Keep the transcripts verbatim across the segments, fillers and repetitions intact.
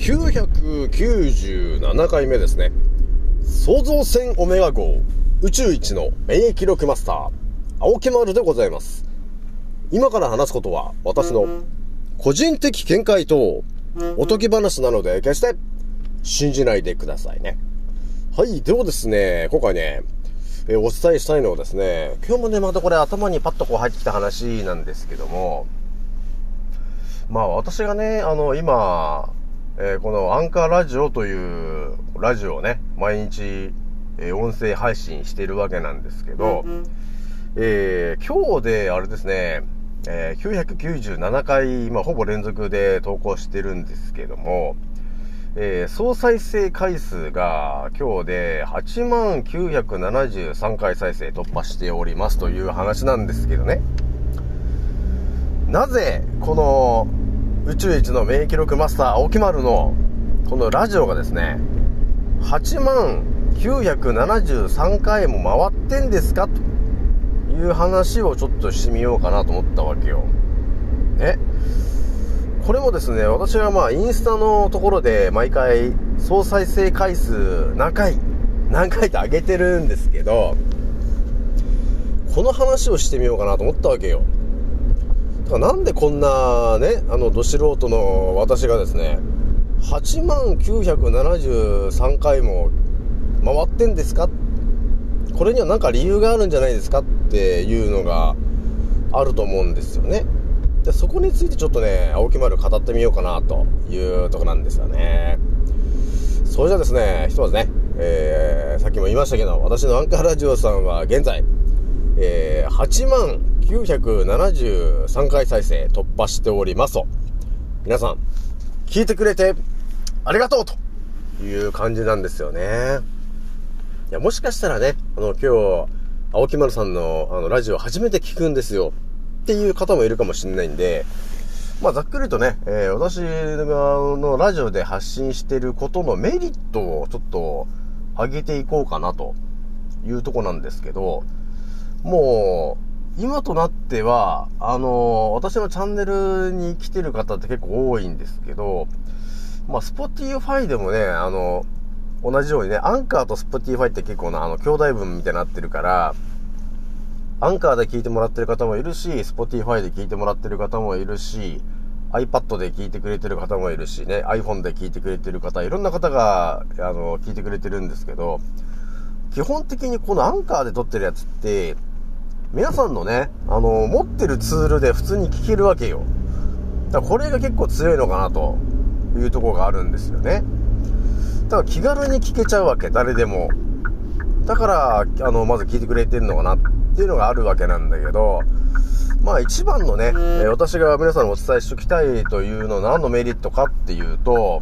きゅうひゃくきゅうじゅうななかいめですね。創造船オメガ号宇宙一の免疫力マスター青木丸でございます。今から話すことは私の個人的見解とおとぎ話なので決して信じないでくださいね。はい、ではですね、今回ね、えー、お伝えしたいのはですね、今日もね、またこれ頭にパッとこう入ってきた話なんですけども、まあ私がね、あの今、えー、このアンカーラジオというラジオをね、毎日、えー、音声配信しているわけなんですけど、えー、今日であれですね、えー、きゅうひゃくきゅうじゅうななかい、まあほぼ連続で投稿してるんですけども、えー、総再生回数が今日ではちまんきゅうひゃくななじゅうさんかい再生突破しておりますという話なんですけどね。なぜこの宇宙一の免疫力マスター青木丸のこのラジオがですねはちまんきゅうひゃくななじゅうさんかいも回ってんですかという話をちょっとしてみようかなと思ったわけよね。これもですね、私はまあインスタのところで毎回総再生回数何回何回と上げてるんですけど、この話をしてみようかなと思ったわけよ。だからなんでこんなね、あのど素人の私がですねはちまんきゅうひゃくななじゅうさんかいも回ってんですか、これには何か理由があるんじゃないですかっていうのがあると思うんですよね。でそこについてちょっとね青木丸語ってみようかなというとこなんですよね。それじゃあですね、ひとまずね、えー、さっきも言いましたけど、私のアンカーラジオさんは現在、えー、はちまんきゅうひゃくななじゅうさんかい再生突破しておりますと。皆さん聞いてくれてありがとうという感じなんですよね。いや、もしかしたらね、あの今日青木丸さんのあのラジオ初めて聞くんですよっていう方もいるかもしれないんで、まあざっくりとね、えー、私がのラジオで発信していることのメリットをちょっと上げていこうかなというとこなんですけど、もう今となってはあのー、私のチャンネルに来てる方って結構多いんですけど、まあ Spotify でもね、あの同じようにね、アンカーと Spotify って結構なあの兄弟分みたいになってるから、アンカーで聞いてもらってる方もいるし、Spotify で聞いてもらってる方もいるし、iPad で聞いてくれてる方もいるしね、iPhone で聞いてくれてる方、いろんな方があの聞いてくれてるんですけど、基本的にこのアンカーで撮ってるやつって皆さんのね、あの持ってるツールで普通に聞けるわけよ。だからこれが結構強いのかなというところがあるんですよね。だから気軽に聞けちゃうわけ、誰でも。だからあのまず聞いてくれてるのかなっていうのがあるわけなんだけど、まあ一番のね、えー、私が皆さんにお伝えしておきたいというのは何のメリットかっていうと、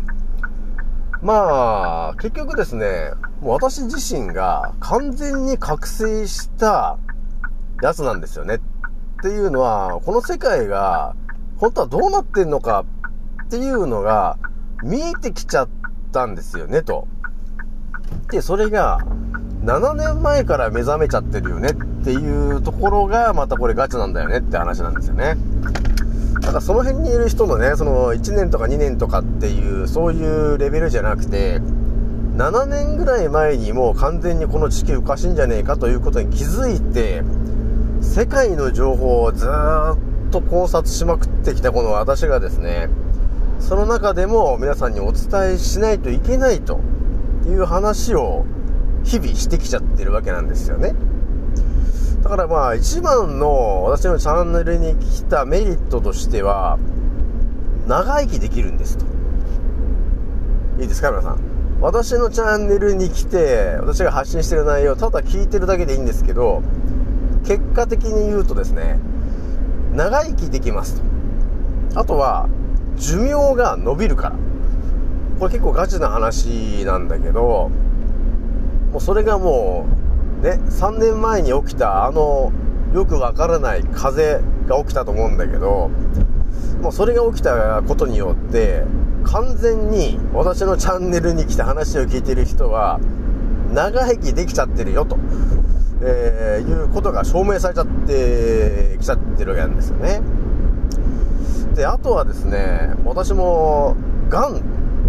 まあ結局ですね、もう私自身が完全に覚醒したやつなんですよね。っていうのは、この世界が本当はどうなってんのかっていうのが見えてきちゃったんですよねと。でそれがななねんまえから目覚めちゃってるよねっていうところがまたこれガチなんだよねって話なんですよね。だからその辺にいる人のね、そのいちねんとかにねんとかっていうそういうレベルじゃなくて、ななねんぐらい前にもう完全にこの地球おかしいんじゃねえかということに気づいて、世界の情報をずーっと考察しまくってきたこの私がですね、その中でも皆さんにお伝えしないといけないという話を日々してきちゃってるわけなんですよね。だからまあ一番の私のチャンネルに来たメリットとしては、長生きできるんですと。いいですか皆さん、私のチャンネルに来て私が発信してる内容をただ聞いてるだけでいいんですけど、結果的に言うとですね、長生きできますと。あとは寿命が伸びるから。これ結構ガチな話なんだけど、もうそれがもうね、さんねんまえに起きたあのよくわからない風が起きたと思うんだけど、もうそれが起きたことによって完全に私のチャンネルに来て話を聞いてる人は長生きできちゃってるよと、えー、いうことが証明されちゃってきちゃってるわけなんですよね。であとはですね、私もがん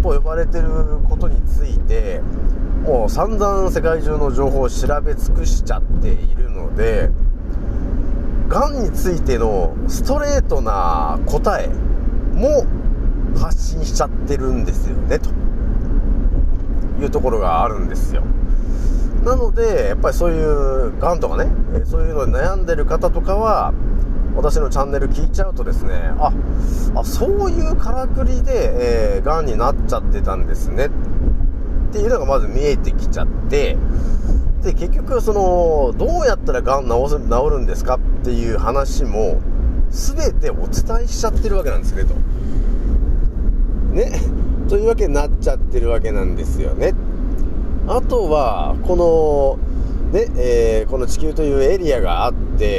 と呼ばれてることについてもう散々世界中の情報を調べ尽くしちゃっているので、がんについてのストレートな答えも発信しちゃってるんですよねというところがあるんですよ。なのでやっぱりそういうがんとかね、そういうのに悩んでる方とかは私のチャンネル聞いちゃうとですね、ああそういうからくりで、えー、がんになっちゃってたんですねっていうのがまず見えてきちゃって、で結局そのどうやったらがん治す、治るんですかっていう話も全てお伝えしちゃってるわけなんですねとねというわけになっちゃってるわけなんですよね。あとはこのね、えー、この地球というエリアがあって、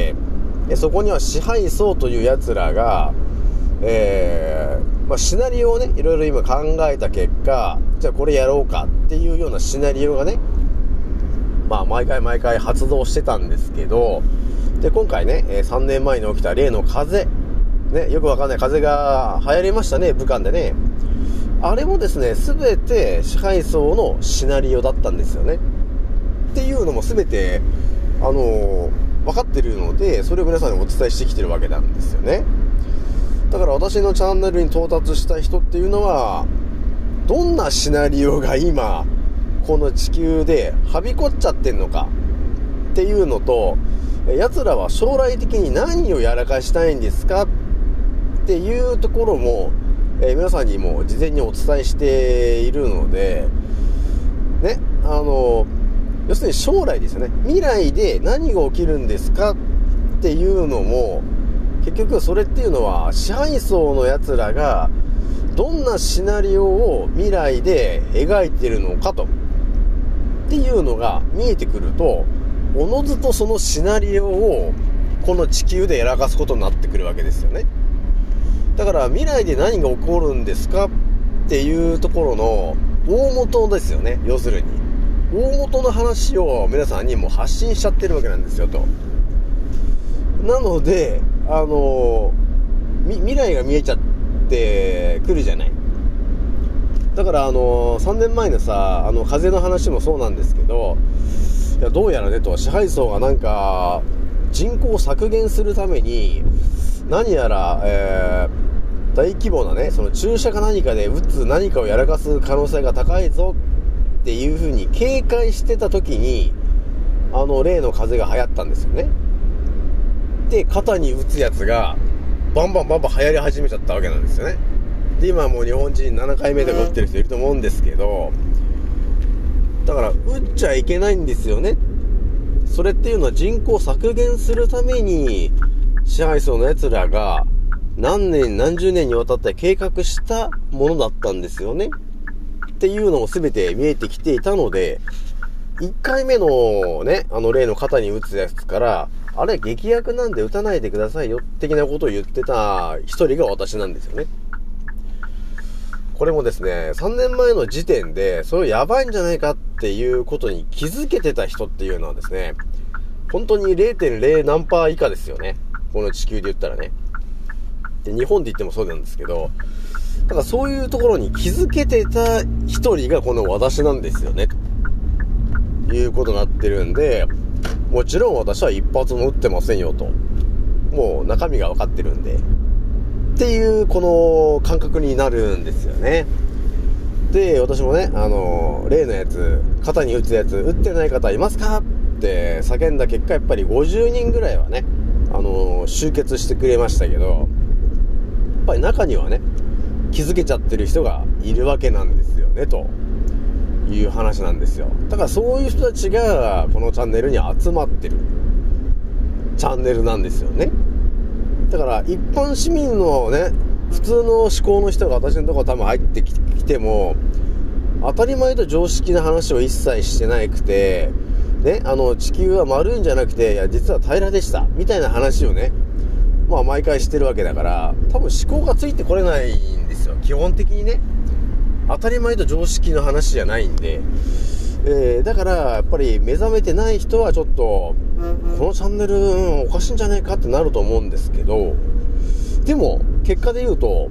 そこには支配層というやつらが、えーまあ、シナリオをねいろいろ今考えた結果、じゃあこれやろうかっていうようなシナリオがね、まあ毎回毎回発動してたんですけど、で今回ねさんねんまえに起きた例の風ね、よくわかんない風が流行りましたね、武漢でね。あれもですね全て支配層のシナリオだったんですよねっていうのも全てあのー、分かってるので、それを皆さんにお伝えしてきてるわけなんですよね。だから私のチャンネルに到達した人っていうのはどんなシナリオが今この地球ではびこっちゃってんのかっていうのと、奴らは将来的に何をやらかしたいんですかっていうところも、えー、皆さんにも事前にお伝えしているのでね、あの要するに将来ですよね、未来で何が起きるんですかっていうのも結局それっていうのは支配層のやつらがどんなシナリオを未来で描いてるのかとっていうのが見えてくると、おのずとそのシナリオをこの地球でやらかすことになってくるわけですよね。だから未来で何が起こるんですかっていうところの大元ですよね。要するに大元の話を皆さんにも発信しちゃってるわけなんですよと。なのであのみ未来が見えちゃってくるじゃない。だからあのさんねんまえのさあの風の話もそうなんですけど、いやどうやらねと支配層がなんか人口を削減するために何やら、えー、大規模なねその注射か何かで打つ何かをやらかす可能性が高いぞっていう風に警戒してた時にあの例の風邪が流行ったんですよね。で肩に打つやつがバンバンバンバン流行り始めちゃったわけなんですよね。で今もう日本人ななかいめとか打ってる人いると思うんですけど、だから打っちゃいけないんですよね。それっていうのは人口を削減するために支配層のやつらが何年何十年にわたって計画したものだったんですよねっていうのも全て見えてきていたので、いっかいめのねあの例の肩に打つやつからあれ劇薬なんで打たないでくださいよ的なことを言ってた一人が私なんですよね。これもですねさんねんまえの時点でそれやばいんじゃないかっていうことに気づけてた人っていうのはですね本当に れいてんれい 何パー以下ですよね、この地球で言ったらね。で日本で言ってもそうなんですけど、だからそういうところに気づけてた一人がこの私なんですよねということになってるんで、もちろん私は一発も打ってませんよと、もう中身が分かってるんでっていうこの感覚になるんですよね。で私もねあの例のやつ肩に打つやつ打ってない方いますかって叫んだ結果やっぱりごじゅうにんぐらいはねあの集結してくれましたけど、やっぱり中にはね気づけちゃってる人がいるわけなんですよねという話なんですよ。だからそういう人たちがこのチャンネルに集まってるチャンネルなんですよね。だから一般市民のね普通の思考の人が私のところ多分入ってきても当たり前と常識な話を一切してなくてね、あの地球は丸いんじゃなくていや実は平らでしたみたいな話をねまあ毎回してるわけだから、多分思考がついてこれないんですよ基本的にね。当たり前と常識の話じゃないんで、えー、だからやっぱり目覚めてない人はちょっとこのチャンネル、うん、おかしいんじゃないかってなると思うんですけど、でも結果で言うと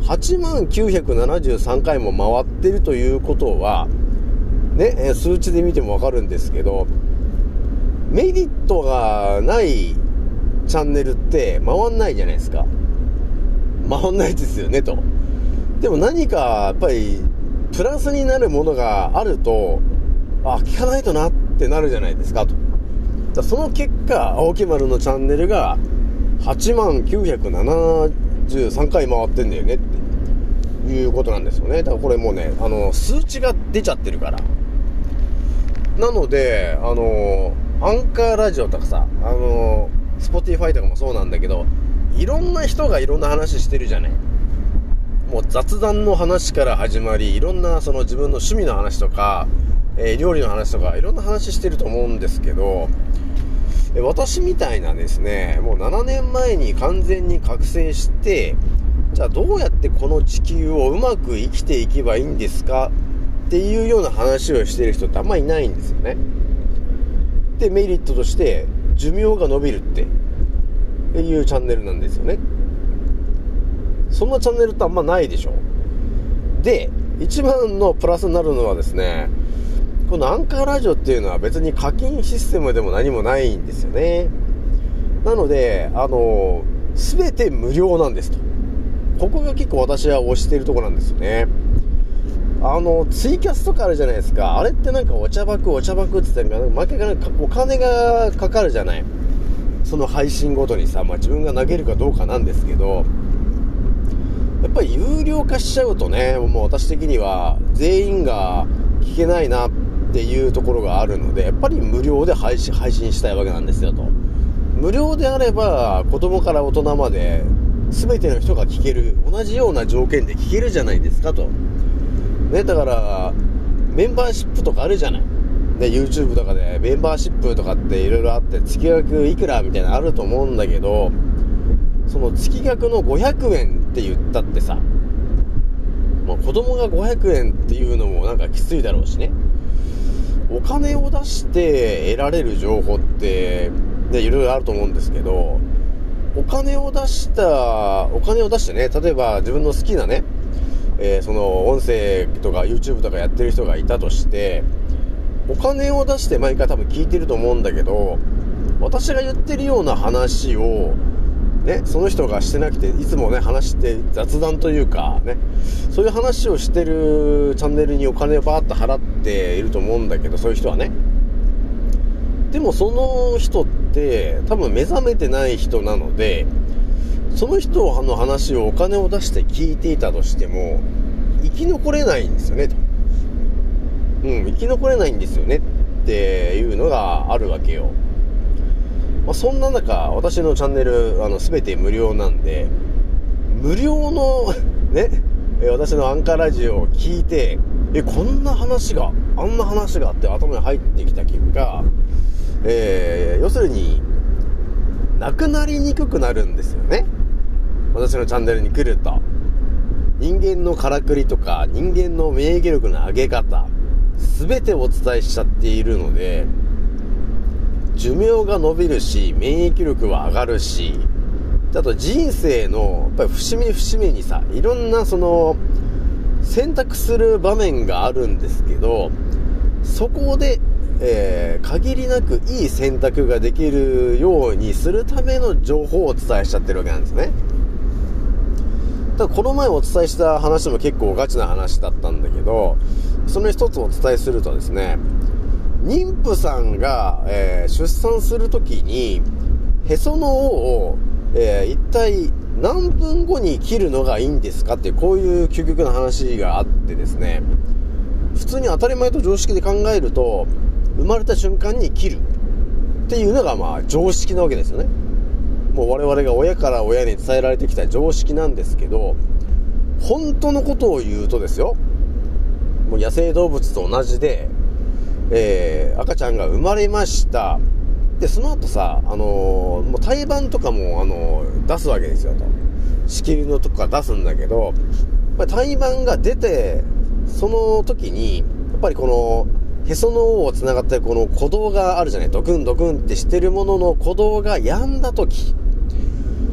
はちまんきゅうひゃくななじゅうさんかいも回ってるということはね、数値で見てもわかるんですけど、メリットがないチャンネルって回んないじゃないですか。回んないですよねと。でも何かやっぱりプラスになるものがあると、あ、聞かないとなってなるじゃないですかと。だその結果、青木丸のチャンネルがはちまんきゅうひゃくななじゅうさんかい回ってんだよねっていうことなんですよね。だからこれもうね、あの数値が出ちゃってるから。なので、あのアンカーラジオとかさ、あのスポティファイとかもそうなんだけど、いろんな人がいろんな話してるじゃない。もう雑談の話から始まり、いろんなその自分の趣味の話とか、えー、料理の話とかいろんな話してると思うんですけど、え私みたいなですね、もうななねんまえに完全に覚醒して、じゃあどうやってこの地球をうまく生きていけばいいんですかっていうような話をしてる人ってあんまりいないんですよね。で、メリットとして寿命が伸びるっていうチャンネルなんですよね。そんなチャンネルってあんまないでしょ。で、一番のプラスになるのはですね、このアンカーラジオっていうのは別に課金システムでも何もないんですよね。なので、あの全て無料なんですと。ここが結構私は推しているところなんですよね。あのツイキャスとかあるじゃないですか。あれってなんかお茶箱お茶箱って言ったら毎回なんかお金がかかるじゃない。その配信ごとにさ、まあ自分が投げるかどうかなんですけど、やっぱり有料化しちゃうとね、もう私的には全員が聞けないなっていうところがあるので、やっぱり無料で配信、配信したいわけなんですよと。無料であれば子供から大人まで全ての人が聞ける、同じような条件で聞けるじゃないですかとね。だからメンバーシップとかあるじゃないね。 YouTube とかでメンバーシップとかっていろいろあって、月額いくらみたいなのあると思うんだけど、その月額のごひゃくえんって言ったってさ、まあ、子供がごひゃくえんっていうのもなんかきついだろうしね。お金を出して得られる情報ってね、いろいろあると思うんですけど、お金を出したお金を出してね、例えば自分の好きなね、えー、その音声とか YouTube とかやってる人がいたとして、お金を出して毎回多分聞いてると思うんだけど、私が言ってるような話をね、その人がしてなくて、いつもね話して雑談というかね、そういう話をしてるチャンネルにお金をバーッと払っていると思うんだけど、そういう人はね。でもその人って多分目覚めてない人なので、その人の話をお金を出して聞いていたとしても生き残れないんですよねと。うん生き残れないんですよねっていうのがあるわけよ。まあ、そんな中、私のチャンネルあの全て無料なんで、無料のね、私のアンカーラジオを聞いて、えこんな話があんな話があって頭に入ってきた結果、えー、要するになくなりにくくなるんですよね。私のチャンネルに来ると、人間のからくりとか人間の免疫力の上げ方全てお伝えしちゃっているので、寿命が伸びるし、免疫力は上がるし、あと人生のやっぱり節目節目にさ、いろんなその選択する場面があるんですけど、そこで、えー、限りなくいい選択ができるようにするための情報をお伝えしちゃってるわけなんですね。ただこの前お伝えした話も結構ガチな話だったんだけど、その一つお伝えするとですね、妊婦さんが、えー、出産するときにへその緒を、えー、一体何分後に切るのがいいんですかって、こういう究極な話があってですね、普通に当たり前と常識で考えると、生まれた瞬間に切るっていうのがまあ常識なわけですよね。もう我々が親から親に伝えられてきた常識なんですけど、本当のことを言うとですよ、もう野生動物と同じで、えー、赤ちゃんが生まれました。でその後さ、あのー、もう胎盤とかも、あのー、出すわけですよと。子宮のとこから出すんだけど、やっぱり胎盤が出てその時にやっぱりこのへその緒をつながってるこの鼓動があるじゃない。ドクンドクンってしてるものの鼓動が止んだ時、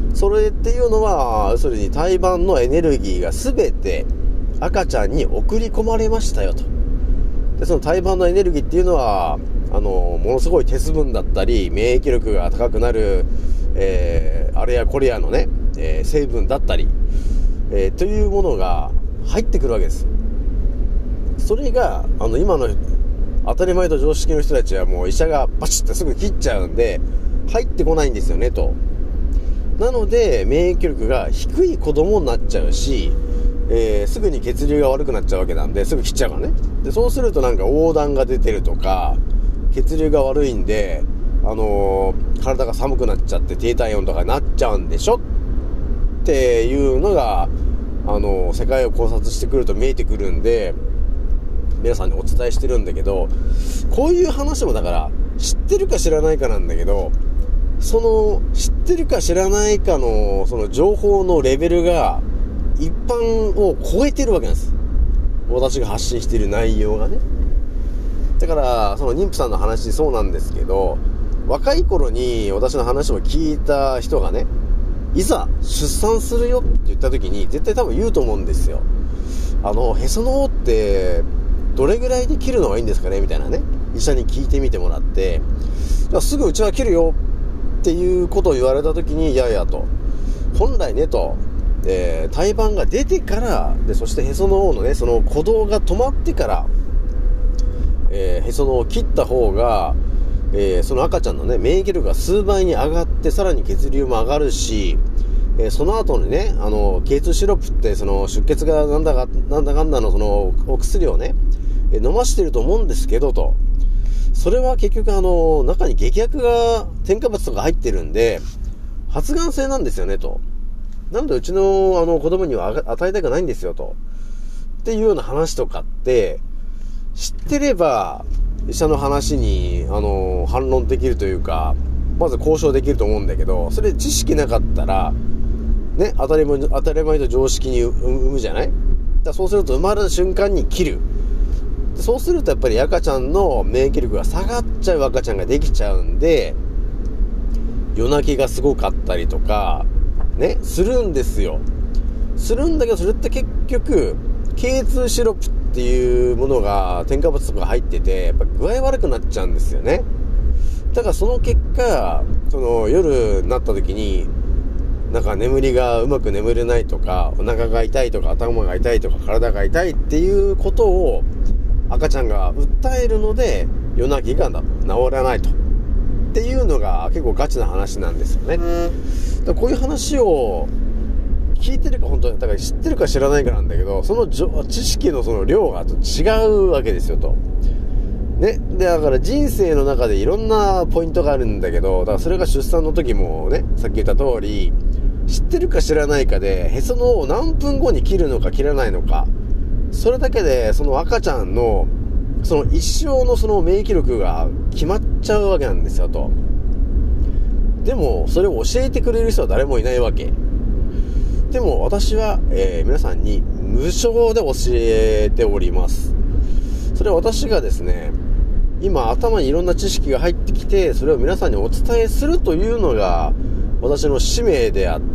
それっていうのは要するに胎盤のエネルギーが全て赤ちゃんに送り込まれましたよと。でその胎盤のエネルギーっていうのはあのものすごい鉄分だったり免疫力が高くなる、えー、あれやこれやのね、えー、成分だったり、えー、というものが入ってくるわけです。それがあの今の当たり前と常識の人たちはもう医者がバチッとすぐ切っちゃうんで入ってこないんですよねと。なので免疫力が低い子供になっちゃうし、えー、すぐに血流が悪くなっちゃうわけなんですぐ切っちゃうからね。でそうするとなんか黄疸が出てるとか血流が悪いんで、あのー、体が寒くなっちゃって低体温とかになっちゃうんでしょっていうのが、あのー、世界を考察してくると見えてくるんで皆さんにお伝えしてるんだけど、こういう話もだから知ってるか知らないかなんだけど、その知ってるか知らないかのその情報のレベルが一般を超えてるわけなんです。私が発信している内容がね。だからその妊婦さんの話そうなんですけど、若い頃に私の話を聞いた人がね、いざ出産するよって言った時に絶対多分言うと思うんですよ。あのへその緒ってどれぐらいで切るのがいいんですかねみたいなね、医者に聞いてみてもらって、じゃあすぐうちは切るよっていうことを言われた時に、いやいやと、本来ねと、えー、胎盤が出てからで、そしてへその緒のねその鼓動が止まってから、えー、へその緒を切った方が、えー、その赤ちゃんのね免疫力が数倍に上がって、さらに血流も上がるし、えー、その後にねあのケイツーシロップってその出血がなんだかなんだかんだのそのお薬をね、えー、飲ましてると思うんですけどと、それは結局あの中に劇薬が添加物とか入ってるんで発がん性なんですよねと。なのでうちのあの子供には与えたくないんですよとっていうような話とかって知ってれば医者の話にあの反論できるというか、まず交渉できると思うんだけど、それ知識なかったらね、当たり前当たり前と常識に産むじゃない。だからそうすると生まれた瞬間に切る。でそうするとやっぱり赤ちゃんの免疫力が下がっちゃう赤ちゃんができちゃうんで、夜泣きがすごかったりとかねするんですよ。するんだけど、それって結局 ケーツー シロップっていうものが添加物とか入ってて、やっぱ具合悪くなっちゃうんですよね。だからその結果、その夜になった時になんか眠りがうまく眠れないとか、お腹が痛いとか頭が痛いとか体が痛いっていうことを赤ちゃんが訴えるので、夜泣きが治らないとっていうのが結構ガチな話なんですよね。だからこういう話を聞いてるか本当にだから知ってるか知らないかなんだけど、その知識のその量が違うわけですよとね。でだから人生の中でいろんなポイントがあるんだけど、だからそれが出産の時もね、さっき言った通り知ってるか知らないかでへその緒を何分後に切るのか切らないのか、それだけでその赤ちゃんのその一生のその免疫力が決まっちゃうわけなんですよと。でもそれを教えてくれる人は誰もいないわけでも私は、えー、皆さんに無償で教えております。それは私がですね、今頭にいろんな知識が入ってきて、それを皆さんにお伝えするというのが私の使命であって、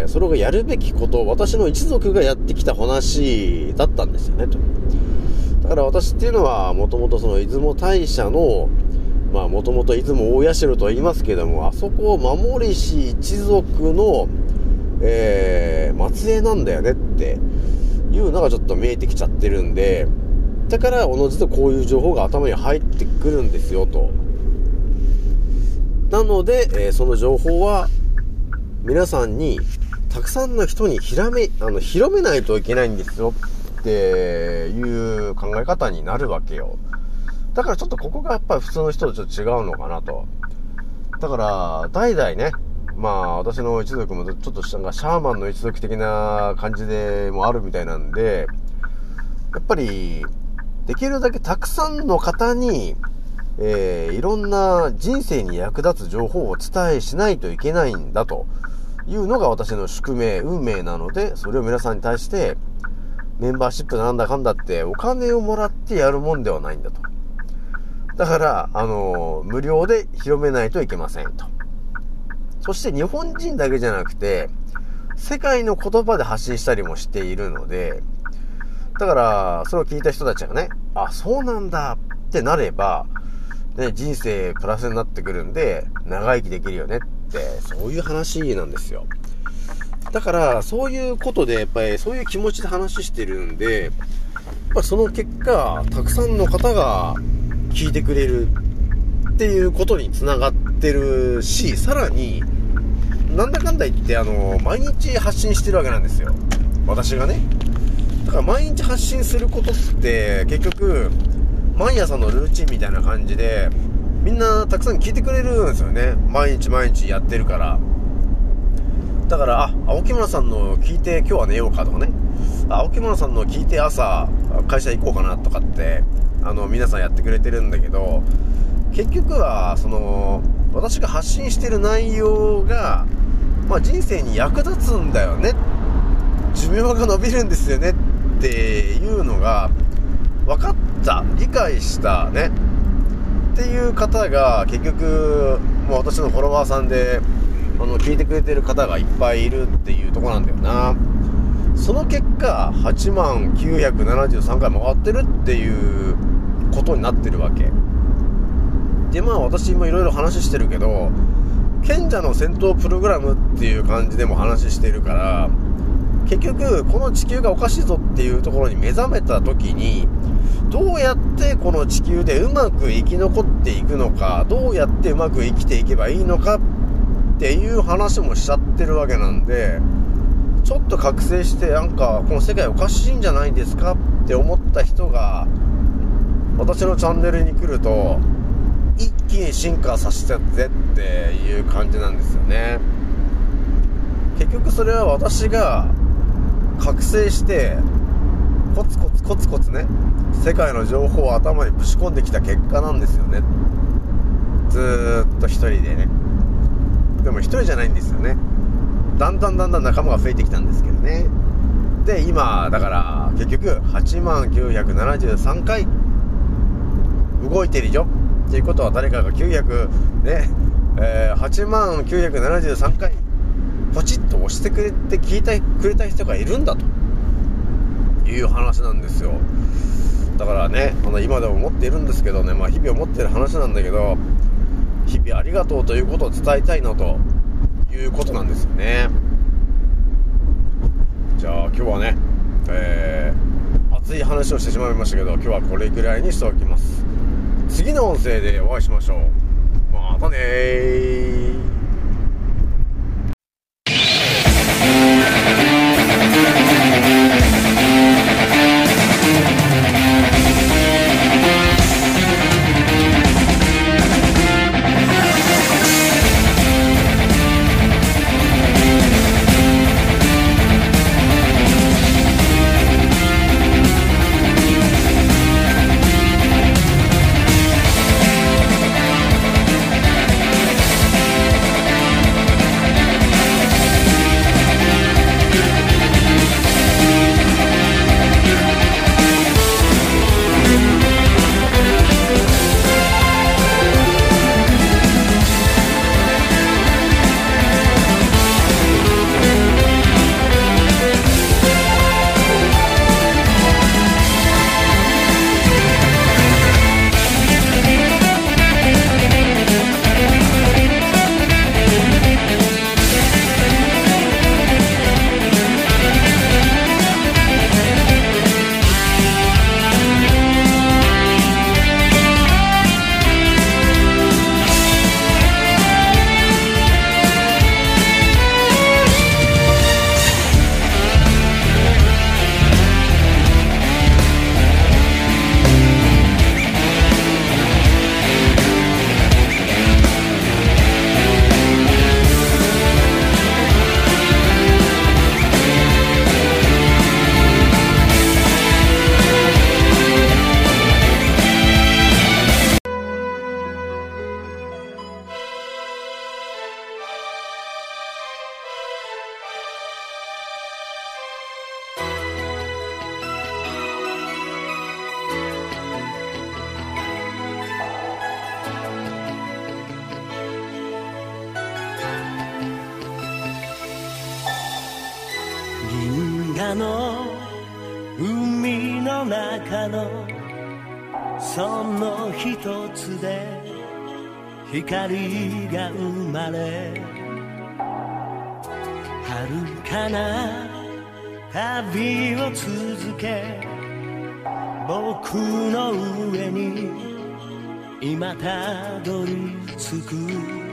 それをやるべきこと、私の一族がやってきた話だったんですよねと。だから私っていうのはもともとその出雲大社のまあもともと出雲大社と言いますけども、あそこを守りし一族のえー、末裔なんだよねっていうのがちょっと見えてきちゃってるんで、だからおのずとこういう情報が頭に入ってくるんですよと。なので、えー、その情報は皆さんにたくさんの人にひらめあの広めないといけないんですよっていう考え方になるわけよ。だからちょっとここがやっぱり普通の人とちょっと違うのかなと。だから代々ね、まあ私の一族もちょっとシャーマンの一族的な感じでもあるみたいなんで、やっぱりできるだけたくさんの方に、えー、いろんな人生に役立つ情報をお伝えしないといけないんだというのが私の宿命運命なので、それを皆さんに対してメンバーシップなんだかんだってお金をもらってやるもんではないんだと。だからあの無料で広めないといけませんと。 そして日本人だけじゃなくて世界の言葉で発信したりもしているので、だからそれを聞いた人たちがね、あ、そうなんだってなれば、ね、人生プラスになってくるんで長生きできるよねって、そういう話なんですよ。だからそういうことでやっぱりそういう気持ちで話してるんで、やっぱその結果たくさんの方が聞いてくれるっていうことにつながってるし、さらになんだかんだ言ってあの毎日発信してるわけなんですよ、私がね。だから毎日発信することって結局毎朝のルーチンみたいな感じでみんなたくさん聞いてくれるんですよね、毎日毎日やってるから。だから、あ、青木村さんの聞いて今日は寝ようかとかね、青木村さんの聞いて朝会社行こうかなとかってあの皆さんやってくれてるんだけど、結局はその私が発信してる内容が、まあ、人生に役立つんだよね、寿命が伸びるんですよねっていうのが分かった、理解したねっていう方が結局もう私のフォロワーさんであの聞いてくれてる方がいっぱいいるっていうところなんだよな。その結果はちまんきゅうひゃくななじゅうさんかい回ってるっていうことになってるわけで、まあ私もいろいろ話してるけど、賢者の戦闘プログラムっていう感じでも話してるから、結局この地球がおかしいぞっていうところに目覚めた時に、どうやってこの地球でうまく生き残っていくのか、どうやってうまく生きていけばいいのかっていう話もしちゃってるわけなんで、ちょっと覚醒してなんかこの世界おかしいんじゃないですかって思った人が私のチャンネルに来ると一気に進化させてってっていう感じなんですよね。結局それは私が覚醒してコツコツコツコツね、世界の情報を頭にぶち込んできた結果なんですよね。ずーっと一人でね。でも一人じゃないんですよね。だんだんだんだん仲間が増えてきたんですけどね。で今だから結局はちまんきゅうひゃくななじゅうさんかい動いてるよっていうことは、誰かがきゅうひゃくね、えー、はちまんきゅうひゃくななじゅうさんかいポチッと押してくれて聞いてくれた人がいるんだという話なんですよ。だからね、あの今でも思っているんですけどね、まあ日々思ってる話なんだけど、日々ありがとうということを伝えたいなということなんですよね。じゃあ今日はね、えー、熱い話をしてしまいましたけど、今日はこれぐらいにしておきます。次の音声でお会いしましょう。またねー。 空の海の中のその一つで光が生まれ、遥かな旅を続け、僕の上に今たどり着く。